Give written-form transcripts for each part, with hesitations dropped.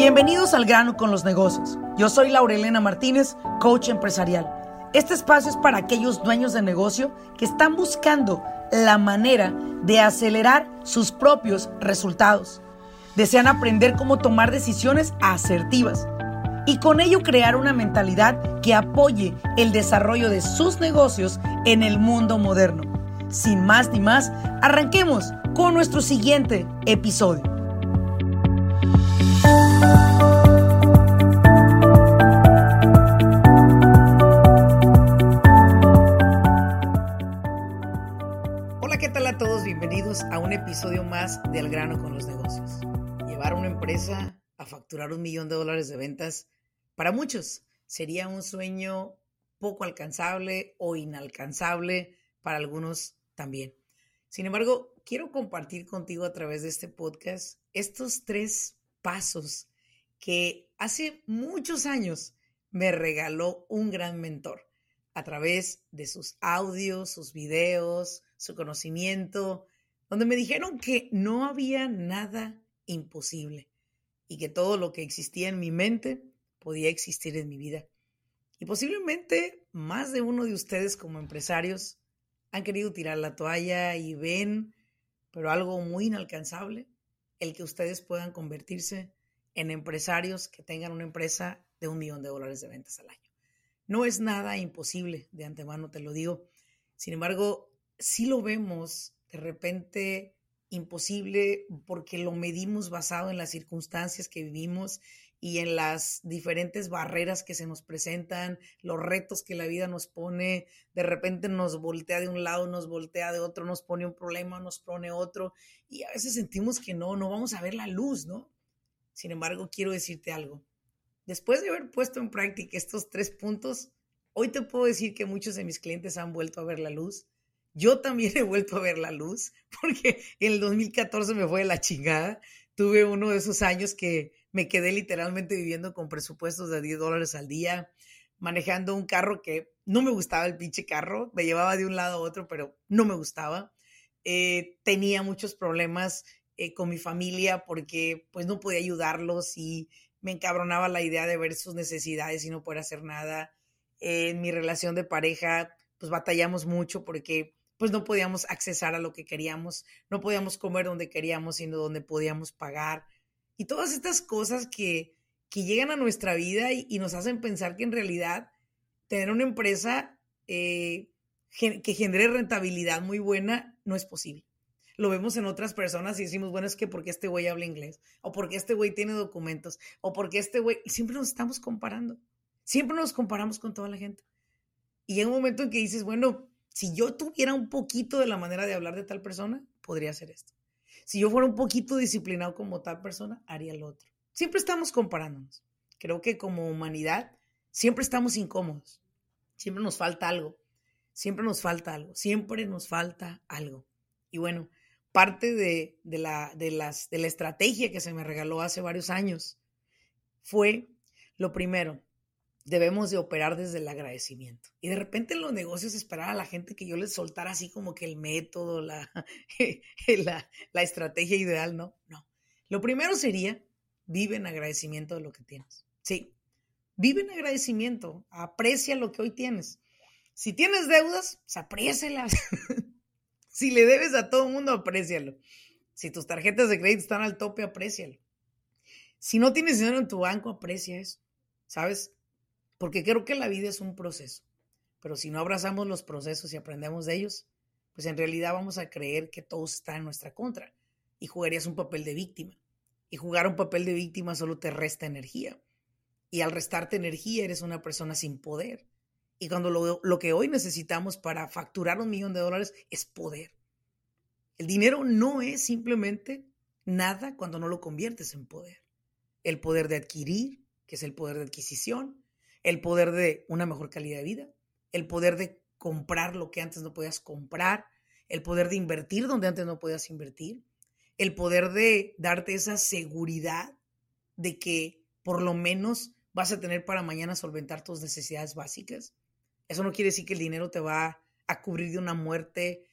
Bienvenidos al grano con los negocios. Yo soy Laurelena Martínez, coach empresarial. Este espacio es para aquellos dueños de negocio que están buscando la manera de acelerar sus propios resultados. Desean aprender cómo tomar decisiones asertivas y con ello crear una mentalidad que apoye el desarrollo de sus negocios en el mundo moderno. Sin más ni más, arranquemos con nuestro siguiente episodio. Hola, ¿qué tal a todos? Bienvenidos a un episodio más de Al grano con los negocios. Llevar una empresa a facturar $1 millón de ventas, para muchos sería un sueño poco alcanzable o inalcanzable, para algunos también. Sin embargo, quiero compartir contigo a través de este podcast estos 3 pasos que hace muchos años me regaló un gran mentor a través de sus audios, sus videos, su conocimiento, donde me dijeron que no había nada imposible y que todo lo que existía en mi mente podía existir en mi vida. Y posiblemente más de uno de ustedes como empresarios han querido tirar la toalla y ven, pero algo muy inalcanzable, el que ustedes puedan convertirse en empresarios que tengan una empresa de $1 millón de ventas al año. No es nada imposible, de antemano te lo digo. Sin embargo, sí lo vemos de repente imposible porque lo medimos basado en las circunstancias que vivimos y en las diferentes barreras que se nos presentan, los retos que la vida nos pone. De repente nos voltea de un lado, nos voltea de otro, nos pone un problema, nos pone otro, y a veces sentimos que no vamos a ver la luz, ¿no? Sin embargo, quiero decirte algo. Después de haber puesto en práctica estos 3 puntos, hoy te puedo decir que muchos de mis clientes han vuelto a ver la luz. Yo también he vuelto a ver la luz, porque en el 2014 me fue de la chingada. Tuve uno de esos años que me quedé literalmente viviendo con presupuestos de $10 al día, manejando un carro que no me gustaba, el pinche carro. Me llevaba de un lado a otro, pero no me gustaba. Tenía muchos problemas con mi familia porque pues no podía ayudarlos y me encabronaba la idea de ver sus necesidades y no poder hacer nada. En mi relación de pareja pues batallamos mucho porque pues no podíamos accesar a lo que queríamos, no podíamos comer donde queríamos, sino donde podíamos pagar. Y todas estas cosas que llegan a nuestra vida y nos hacen pensar que en realidad tener una empresa que genere rentabilidad muy buena no es posible. Lo vemos en otras personas y decimos, bueno, es que porque este güey habla inglés, o porque este güey tiene documentos, o porque este güey... Y siempre nos estamos comparando. Siempre nos comparamos con toda la gente. Y llega un momento en que dices, bueno, si yo tuviera un poquito de la manera de hablar de tal persona, podría hacer esto. Si yo fuera un poquito disciplinado como tal persona, haría lo otro. Siempre estamos comparándonos. Creo que como humanidad siempre estamos incómodos. Siempre nos falta algo. Siempre nos falta algo. Siempre nos falta algo. Y bueno, parte de la estrategia que se me regaló hace varios años fue lo primero. Debemos de operar desde el agradecimiento. Y de repente en los negocios esperar a la gente que yo les soltara así como que el método, la estrategia ideal, no. Lo primero sería, vive en agradecimiento de lo que tienes. Sí, vive en agradecimiento, aprecia lo que hoy tienes. Si tienes deudas, pues aprécialas. Si le debes a todo el mundo, aprécialo. Si tus tarjetas de crédito están al tope, aprécialo. Si no tienes dinero en tu banco, aprecia eso, ¿sabes? Porque creo que la vida es un proceso, pero si no abrazamos los procesos y aprendemos de ellos, pues en realidad vamos a creer que todo está en nuestra contra y jugarías un papel de víctima. Y jugar un papel de víctima solo te resta energía. Y al restarte energía eres una persona sin poder. Y cuando lo que hoy necesitamos para facturar $1 millón es poder. El dinero no es simplemente nada cuando no lo conviertes en poder. El poder de adquirir, que es el poder de adquisición, el poder de una mejor calidad de vida, el poder de comprar lo que antes no podías comprar, el poder de invertir donde antes no podías invertir, el poder de darte esa seguridad de que por lo menos vas a tener para mañana solventar tus necesidades básicas. Eso no quiere decir que el dinero te va a cubrir de una muerte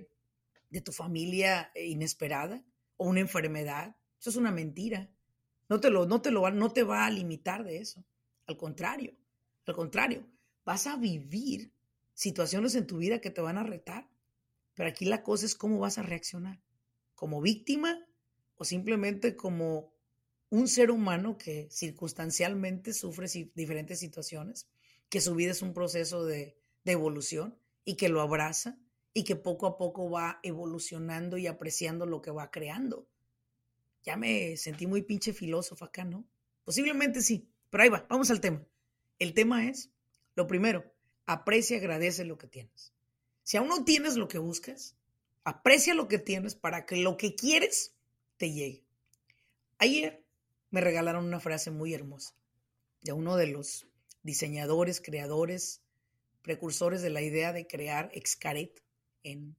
de tu familia inesperada o una enfermedad. Eso es una mentira. No te va a limitar de eso. Al contrario, vas a vivir situaciones en tu vida que te van a retar. Pero aquí la cosa es cómo vas a reaccionar. ¿Como víctima o simplemente como un ser humano que circunstancialmente sufre diferentes situaciones, que su vida es un proceso de evolución y que lo abraza y que poco a poco va evolucionando y apreciando lo que va creando? Ya me sentí muy pinche filósofo acá, ¿no? Posiblemente sí, pero ahí va, vamos al tema. El tema es, lo primero, aprecia y agradece lo que tienes. Si aún no tienes lo que buscas, aprecia lo que tienes para que lo que quieres te llegue. Ayer me regalaron una frase muy hermosa de uno de los diseñadores, creadores, precursores de la idea de crear Xcaret en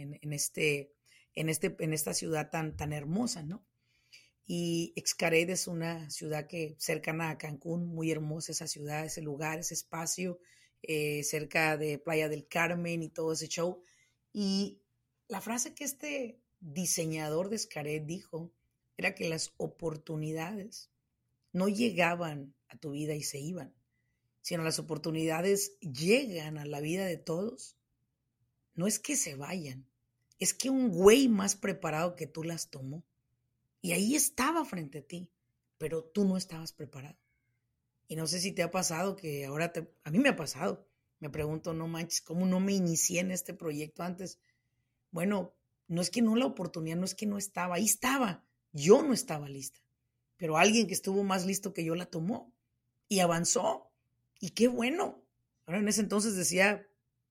esta ciudad tan hermosa, ¿no? Y Xcaret es una ciudad cercana a Cancún, muy hermosa esa ciudad, ese lugar, ese espacio, cerca de Playa del Carmen y todo ese show. Y la frase que este diseñador de Xcaret dijo era que las oportunidades no llegaban a tu vida y se iban, sino las oportunidades llegan a la vida de todos. No es que se vayan, es que un güey más preparado que tú las tomó. Y ahí estaba frente a ti, pero tú no estabas preparado. Y no sé si te ha pasado que a mí me ha pasado. Me pregunto, no manches, ¿cómo no me inicié en este proyecto antes? Bueno, no es que no la oportunidad, no es que no estaba, ahí estaba. Yo no estaba lista, pero alguien que estuvo más listo que yo la tomó y avanzó. Y qué bueno. Ahora en ese entonces decía,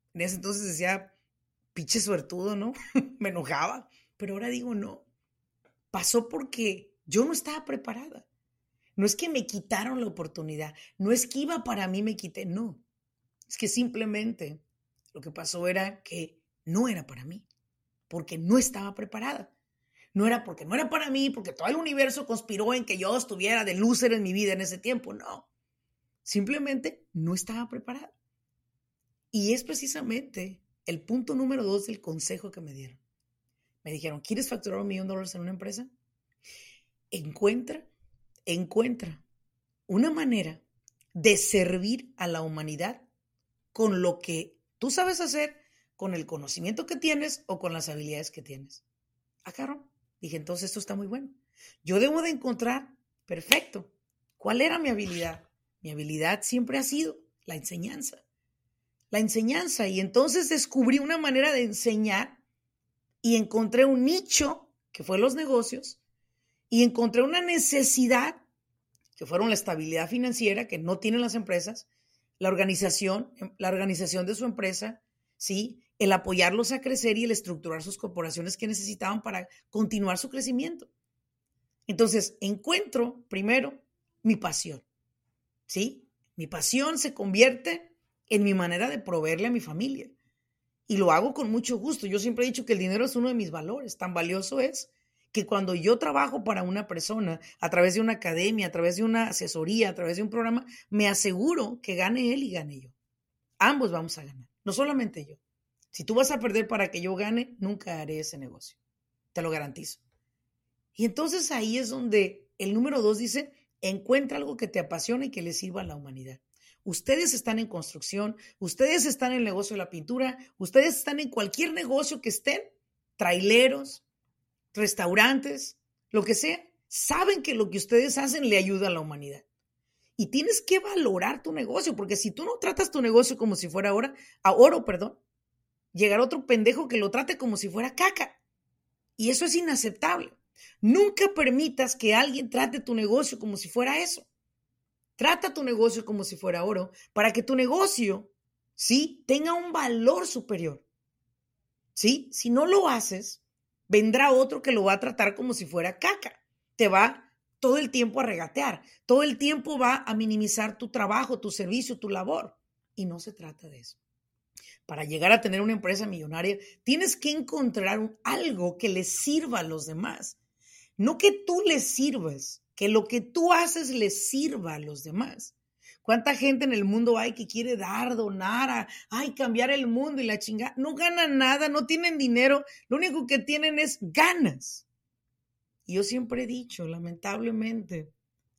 pinche suertudo, ¿no? Me enojaba, pero ahora digo, no. Pasó porque yo no estaba preparada. No es que me quitaron la oportunidad, no es que iba para mí, me quité, no. Es que simplemente lo que pasó era que no era para mí, porque no estaba preparada. No era porque no era para mí, porque todo el universo conspiró en que yo estuviera de loser en mi vida en ese tiempo, no. Simplemente no estaba preparada. Y es precisamente el punto número 2 del consejo que me dieron. Me dijeron, ¿quieres facturar $1 millón en una empresa? Encuentra una manera de servir a la humanidad con lo que tú sabes hacer, con el conocimiento que tienes o con las habilidades que tienes. Cabrón. Dije, entonces esto está muy bueno. Yo debo de encontrar, perfecto, ¿cuál era mi habilidad? Mi habilidad siempre ha sido la enseñanza. Y entonces descubrí una manera de enseñar y encontré un nicho, que fue los negocios, y encontré una necesidad, que fueron la estabilidad financiera que no tienen las empresas, la organización de su empresa, ¿sí? El apoyarlos a crecer y el estructurar sus corporaciones que necesitaban para continuar su crecimiento. Entonces, encuentro primero mi pasión, ¿sí? Mi pasión se convierte en mi manera de proveerle a mi familia. Y lo hago con mucho gusto. Yo siempre he dicho que el dinero es uno de mis valores. Tan valioso es que cuando yo trabajo para una persona, a través de una academia, a través de una asesoría, a través de un programa, me aseguro que gane él y gane yo. Ambos vamos a ganar, no solamente yo. Si tú vas a perder para que yo gane, nunca haré ese negocio. Te lo garantizo. Y entonces ahí es donde el número 2 dice, encuentra algo que te apasione y que le sirva a la humanidad. Ustedes están en construcción, ustedes están en el negocio de la pintura, ustedes están en cualquier negocio que estén, traileros, restaurantes, lo que sea, saben que lo que ustedes hacen le ayuda a la humanidad. Y tienes que valorar tu negocio, porque si tú no tratas tu negocio como si fuera oro, llegará otro pendejo que lo trate como si fuera caca. Y eso es inaceptable. Nunca permitas que alguien trate tu negocio como si fuera eso. Trata tu negocio como si fuera oro para que tu negocio, ¿sí?, tenga un valor superior. ¿Sí? Si no lo haces, vendrá otro que lo va a tratar como si fuera caca. Te va todo el tiempo a regatear. Todo el tiempo va a minimizar tu trabajo, tu servicio, tu labor. Y no se trata de eso. Para llegar a tener una empresa millonaria, tienes que encontrar algo que le sirva a los demás. No que tú les sirvas, que lo que tú haces les sirva a los demás. ¿Cuánta gente en el mundo hay que quiere dar, donar, cambiar el mundo y la chingada? No ganan nada, no tienen dinero, lo único que tienen es ganas. Y yo siempre he dicho, lamentablemente,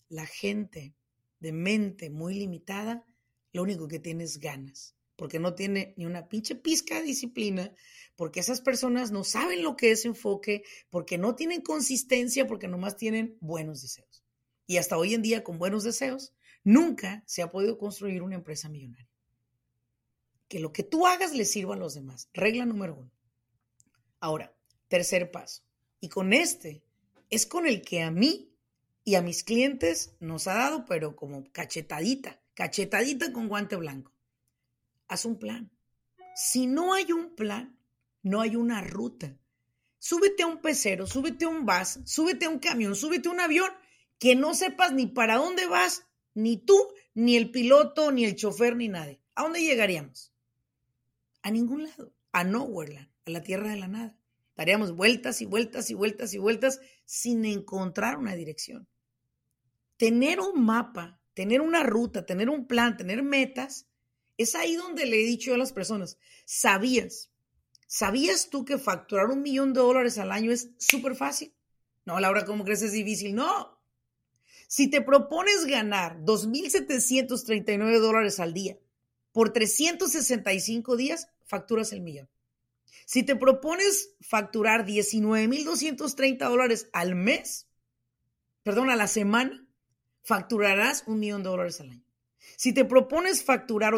la gente de mente muy limitada, lo único que tiene es ganas, porque no tiene ni una pinche pizca de disciplina, porque esas personas no saben lo que es enfoque, porque no tienen consistencia, porque nomás tienen buenos deseos. Y hasta hoy en día, con buenos deseos, nunca se ha podido construir una empresa millonaria. Que lo que tú hagas le sirva a los demás. Regla número 1. Ahora, tercer paso. Y con este es con el que a mí y a mis clientes nos ha dado, pero como cachetadita con guante blanco. Haz un plan. Si no hay un plan, no hay una ruta. Súbete a un pecero, súbete a un bus, súbete a un camión, súbete a un avión, que no sepas ni para dónde vas, ni tú, ni el piloto, ni el chofer, ni nadie. ¿A dónde llegaríamos? A ningún lado, a Nowhereland, a la tierra de la nada. Daríamos vueltas y vueltas y vueltas y vueltas sin encontrar una dirección. Tener un mapa, tener una ruta, tener un plan, tener metas, es ahí donde le he dicho yo a las personas, ¿sabías tú que facturar $1 millón al año es súper fácil? No, Laura, ¿cómo crees es difícil? No. Si te propones ganar $2,739 al día por 365 días, facturas el millón. Si te propones facturar $19,230 al mes, a la semana, facturarás $1 millón al año. Si te propones facturar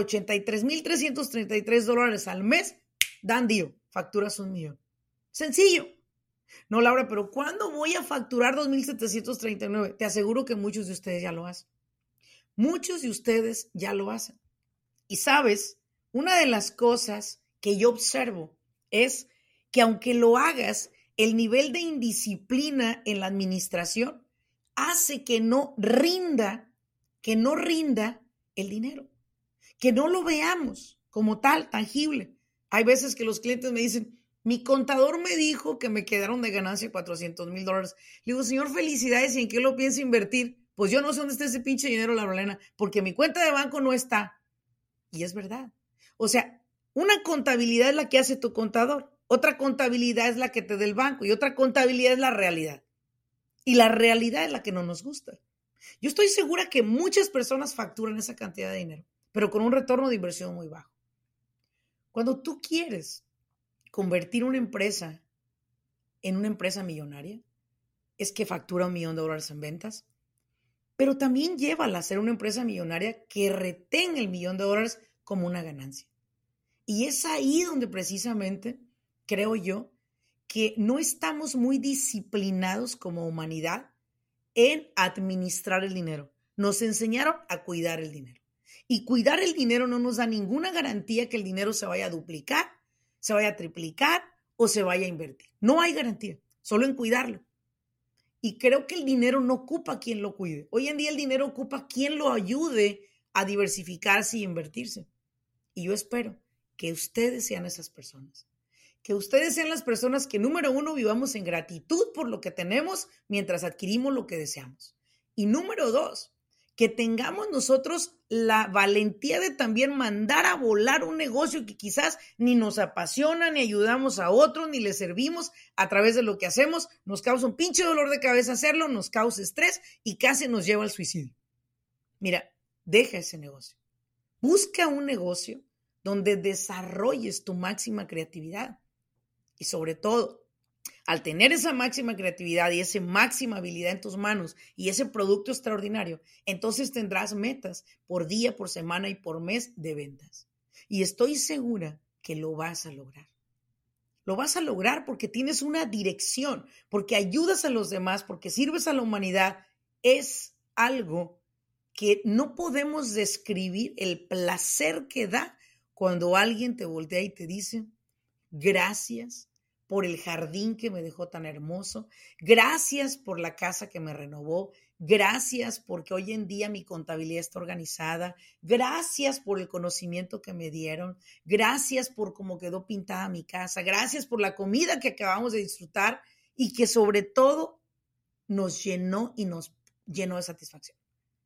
$83,333 al mes, dan deal, facturas $1 millón. Sencillo. No, Laura, pero ¿cuándo voy a facturar 2,739? Te aseguro que muchos de ustedes ya lo hacen. Muchos de ustedes ya lo hacen. Y sabes, una de las cosas que yo observo es que aunque lo hagas, el nivel de indisciplina en la administración hace que no rinda el dinero, que no lo veamos como tal, tangible. Hay veces que los clientes me dicen, mi contador me dijo que me quedaron de ganancia $400,000. Le digo, señor, felicidades, ¿y en qué lo piensa invertir? Pues yo no sé dónde está ese pinche dinero, Laurelena, porque mi cuenta de banco no está. Y es verdad. O sea, una contabilidad es la que hace tu contador, otra contabilidad es la que te da el banco y otra contabilidad es la realidad. Y la realidad es la que no nos gusta. Yo estoy segura que muchas personas facturan esa cantidad de dinero, pero con un retorno de inversión muy bajo. Cuando tú quieres convertir una empresa en una empresa millonaria, es que factura $1 millón en ventas, pero también llévala a ser una empresa millonaria que retenga el $1 millón como una ganancia. Y es ahí donde precisamente creo yo que no estamos muy disciplinados como humanidad en administrar el dinero. Nos enseñaron a cuidar el dinero. Y cuidar el dinero no nos da ninguna garantía que el dinero se vaya a duplicar, se vaya a triplicar o se vaya a invertir. No hay garantía, solo en cuidarlo. Y creo que el dinero no ocupa quien lo cuide. Hoy en día el dinero ocupa quien lo ayude a diversificarse y invertirse. Y yo espero que ustedes sean esas personas. Que ustedes sean las personas que, número 1, vivamos en gratitud por lo que tenemos mientras adquirimos lo que deseamos. Y número 2, que tengamos nosotros la valentía de también mandar a volar un negocio que quizás ni nos apasiona, ni ayudamos a otros, ni le servimos a través de lo que hacemos. Nos causa un pinche dolor de cabeza hacerlo, nos causa estrés y casi nos lleva al suicidio. Mira, deja ese negocio. Busca un negocio donde desarrolles tu máxima creatividad. Y sobre todo, al tener esa máxima creatividad y esa máxima habilidad en tus manos y ese producto extraordinario, entonces tendrás metas por día, por semana y por mes de ventas. Y estoy segura que lo vas a lograr. Lo vas a lograr porque tienes una dirección, porque ayudas a los demás, porque sirves a la humanidad. Es algo que no podemos describir el placer que da cuando alguien te voltea y te dice, gracias por el jardín que me dejó tan hermoso, gracias por la casa que me renovó, gracias porque hoy en día mi contabilidad está organizada, gracias por el conocimiento que me dieron, gracias por cómo quedó pintada mi casa, gracias por la comida que acabamos de disfrutar y que sobre todo nos llenó y nos llenó de satisfacción.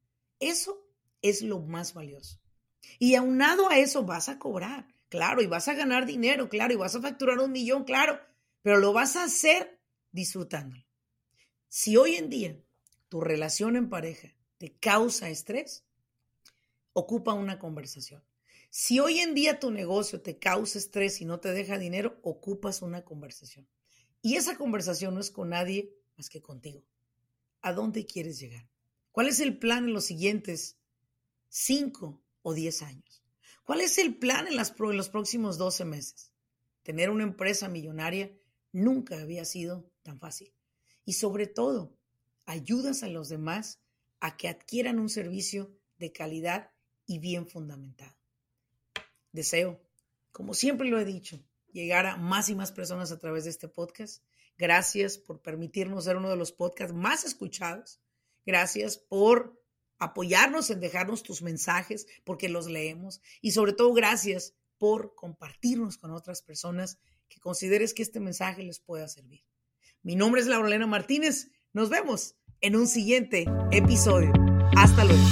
Eso es lo más valioso. Y aunado a eso vas a cobrar, claro, y vas a ganar dinero, claro, y vas a facturar $1 millón, claro, pero lo vas a hacer disfrutándolo. Si hoy en día tu relación en pareja te causa estrés, ocupa una conversación. Si hoy en día tu negocio te causa estrés y no te deja dinero, ocupas una conversación. Y esa conversación no es con nadie más que contigo. ¿A dónde quieres llegar? ¿Cuál es el plan en los siguientes 5 o 10 años? ¿Cuál es el plan en los próximos 12 meses? Tener una empresa millonaria nunca había sido tan fácil. Y sobre todo, ayudas a los demás a que adquieran un servicio de calidad y bien fundamentado. Deseo, como siempre lo he dicho, llegar a más y más personas a través de este podcast. Gracias por permitirnos ser uno de los podcasts más escuchados. Gracias por apoyarnos en dejarnos tus mensajes, porque los leemos. Y sobre todo, gracias por compartirnos con otras personas que consideres que este mensaje les pueda servir. Mi nombre es Laurelena Martínez. Nos vemos en un siguiente episodio. Hasta luego.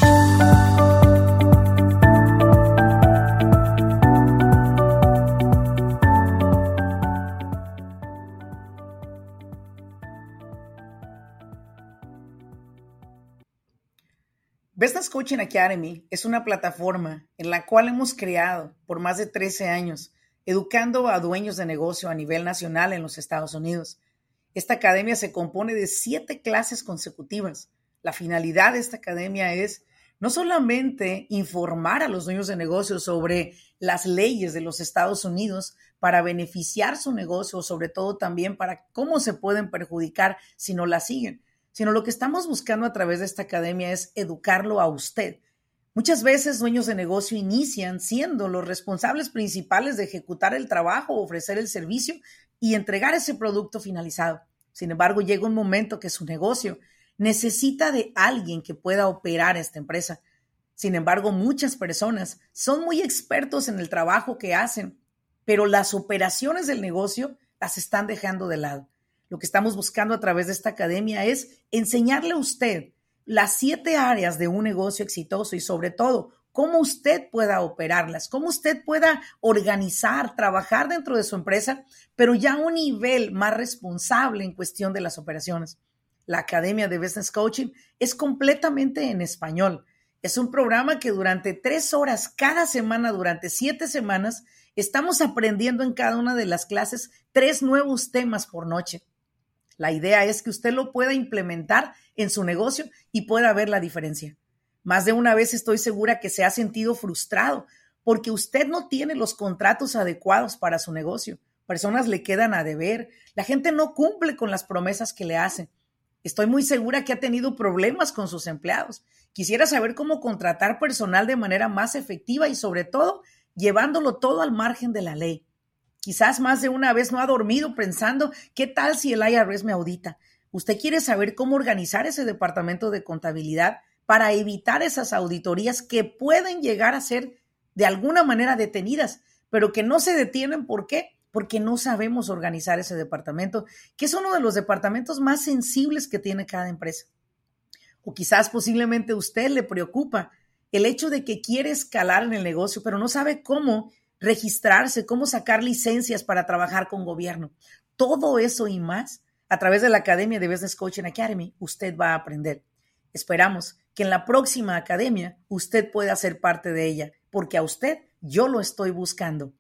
Business Coaching Academy es una plataforma en la cual hemos creado por más de 13 años, educando a dueños de negocio a nivel nacional en los Estados Unidos. Esta academia se compone de 7 clases consecutivas. La finalidad de esta academia es no solamente informar a los dueños de negocio sobre las leyes de los Estados Unidos para beneficiar su negocio, o sobre todo también para cómo se pueden perjudicar si no la siguen, sino lo que estamos buscando a través de esta academia es educarlo a usted. Muchas veces dueños de negocio inician siendo los responsables principales de ejecutar el trabajo, ofrecer el servicio y entregar ese producto finalizado. Sin embargo, llega un momento que su negocio necesita de alguien que pueda operar esta empresa. Sin embargo, muchas personas son muy expertos en el trabajo que hacen, pero las operaciones del negocio las están dejando de lado. Lo que estamos buscando a través de esta academia es enseñarle a usted las 7 áreas de un negocio exitoso y sobre todo cómo usted pueda operarlas, cómo usted pueda organizar, trabajar dentro de su empresa, pero ya a un nivel más responsable en cuestión de las operaciones. La Academia de Business Coaching es completamente en español. Es un programa que durante 3 horas cada semana, durante 7 semanas, estamos aprendiendo en cada una de las clases 3 nuevos temas por noche. La idea es que usted lo pueda implementar en su negocio y pueda ver la diferencia. Más de una vez estoy segura que se ha sentido frustrado porque usted no tiene los contratos adecuados para su negocio. Personas le quedan a deber. La gente no cumple con las promesas que le hacen. Estoy muy segura que ha tenido problemas con sus empleados. Quisiera saber cómo contratar personal de manera más efectiva y sobre todo llevándolo todo al margen de la ley. Quizás más de una vez no ha dormido pensando, ¿qué tal si el IRS me audita? Usted quiere saber cómo organizar ese departamento de contabilidad para evitar esas auditorías que pueden llegar a ser de alguna manera detenidas, pero que no se detienen. ¿Por qué? Porque no sabemos organizar ese departamento, que es uno de los departamentos más sensibles que tiene cada empresa. O quizás posiblemente a usted le preocupa el hecho de que quiere escalar en el negocio, pero no sabe cómo registrarse, cómo sacar licencias para trabajar con gobierno. Todo eso y más, a través de la Academia de Business Coaching Academy, usted va a aprender. Esperamos que en la próxima academia usted pueda ser parte de ella, porque a usted yo lo estoy buscando.